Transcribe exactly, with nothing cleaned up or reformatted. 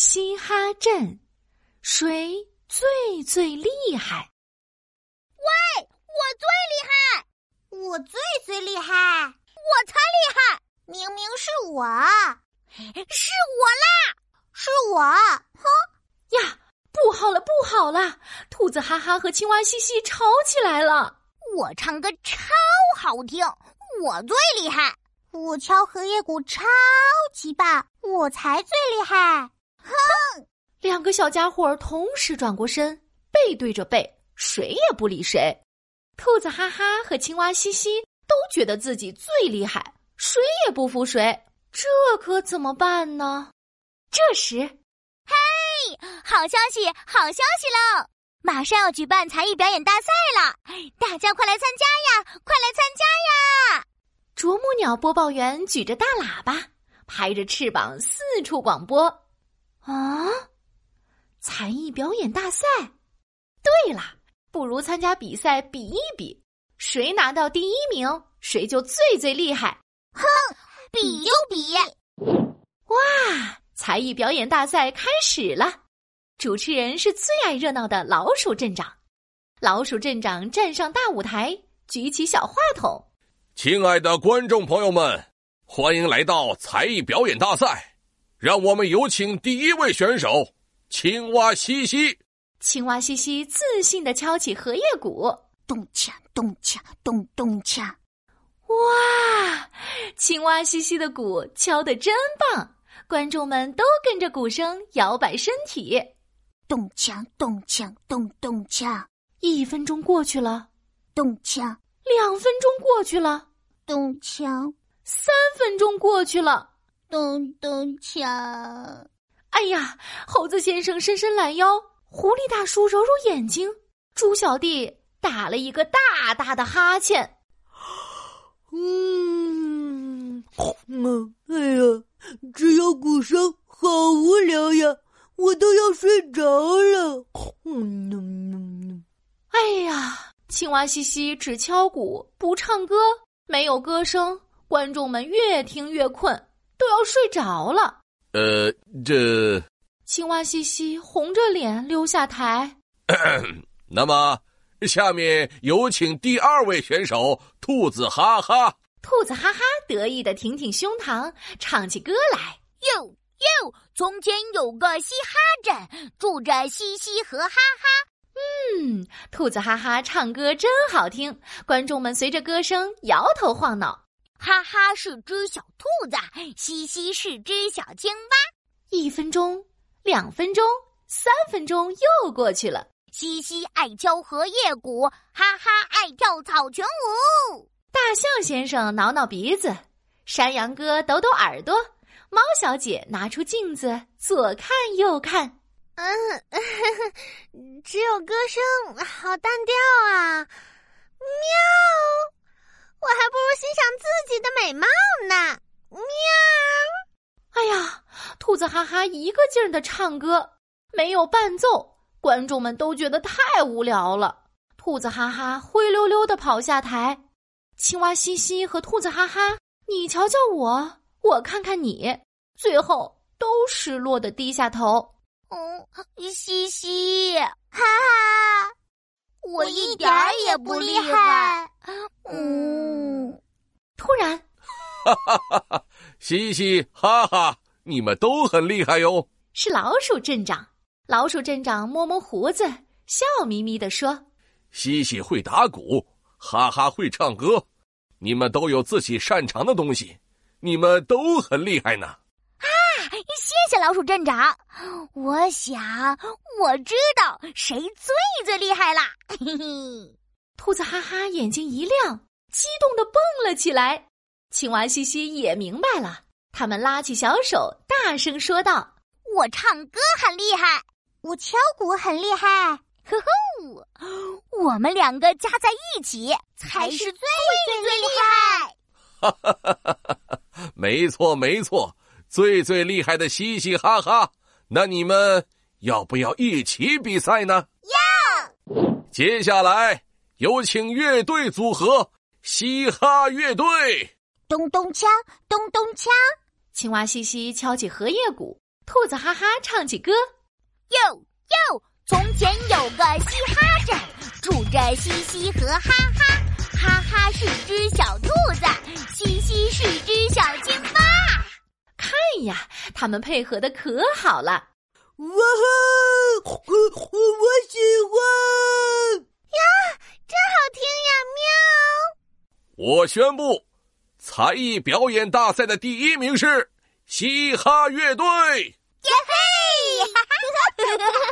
嘻哈镇，谁最最厉害？ 喂，我最厉害！ 我最最厉害！ 我才厉害！ 明明是我， 是我啦！ 是我！哼呀，不好了，不好了！兔子哈哈和青蛙西西吵起来了。 我唱歌超好听，我最厉害！ 我敲荷叶鼓超级棒，我才最厉害！ 哼！ 两个小家伙同时转过身，背对着背，谁也不理谁。兔子哈哈和青蛙西西都觉得自己最厉害，谁也不服谁，这可怎么办呢？这时， 嘿，好消息，好消息喽！马上要举办才艺表演大赛了，大家快来参加呀！快来参加呀！ 啄木鸟播报员举着大喇叭，拍着翅膀四处广播。啊，才艺表演大赛？对了，不如参加比赛比一比，谁拿到第一名，谁就最最厉害。 哼，比就比！ 哇，才艺表演大赛开始了！主持人是最爱热闹的老鼠镇长。老鼠镇长站上大舞台，举起小话筒。 亲爱的观众朋友们，欢迎来到才艺表演大赛，让我们有请第一位选手青蛙西西。 青蛙西西自信地敲起荷叶鼓， 咚锵咚锵咚咚锵。 哇，青蛙西西的鼓敲得真棒，观众们都跟着鼓声摇摆身体。 咚锵咚锵咚咚锵。 一分钟过去了， 咚锵。 两分钟过去了， 咚锵。 三分钟过去了， 咚咚锵。 哎呀，猴子先生伸伸懒腰，狐狸大叔揉揉眼睛，猪小弟打了一个大大的哈欠。 嗯，嗯，哎呀，只有鼓声，好无聊呀，我都要睡着了。嗯嗯嗯， 哎呀，青蛙西西只敲鼓不唱歌，没有歌声，观众们越听越困，都要睡着了。 呃，这…… 青蛙西西红着脸溜下台。 那么，下面有请第二位选手兔子哈哈。 兔子哈哈得意地挺挺胸膛，唱起歌来。 哟哟，从前有个嘻哈镇，住着嘻嘻和哈哈。 嗯，兔子哈哈唱歌真好听，观众们随着歌声摇头晃脑。 哈哈是只小兔子，嘻嘻是只小青蛙。 一分钟，两分钟，三分钟又过去了。 嘻嘻爱敲荷叶鼓，哈哈爱跳草裙舞。 大象先生挠挠鼻子，山羊哥抖抖耳朵，猫小姐拿出镜子左看右看。 嗯，只有歌声，好单调啊！喵，我还不如欣赏自己的美貌呢。喵！ 哎呀，兔子哈哈一个劲儿地唱歌，没有伴奏，观众们都觉得太无聊了。兔子哈哈灰溜溜地跑下台，青蛙西西和兔子哈哈，你瞧瞧我，我看看你，最后都失落地低下头。 嗯，西西， 哈哈， 我一点儿也不厉害。 嗯， 突然， 哈哈哈哈，西西哈哈，你们都很厉害哟。 是老鼠镇长。老鼠镇长摸摸胡子，笑眯眯地说： 西西会打鼓，哈哈会唱歌，你们都有自己擅长的东西，你们都很厉害呢。 啊，谢谢老鼠镇长。我想我知道谁最最厉害啦。嘿嘿。 兔子哈哈眼睛一亮，激动地蹦了起来。青蛙西西也明白了，他们拉起小手，大声说道： 我唱歌很厉害， 我敲鼓很厉害， 呵呵，我们两个加在一起才是最最最厉害。 哈哈哈哈哈！没错没错，最最厉害的嘻嘻哈哈，那你们要不要一起比赛呢？ 要！ 接下来有请乐队组合嘻哈乐队。 咚咚锵，咚咚锵。 青蛙西西敲起荷叶鼓， 兔子哈哈唱起歌： 哟哟，从前有个嘻哈镇，住着嘻嘻和哈哈。哈哈是只小兔子，嘻嘻是只小青蛙。 看呀，他们配合的可好了。 哇哈！我喜欢呀，真好听呀！ 喵！我宣布，才艺表演大赛的第一名是嘻哈乐队。 耶嘿！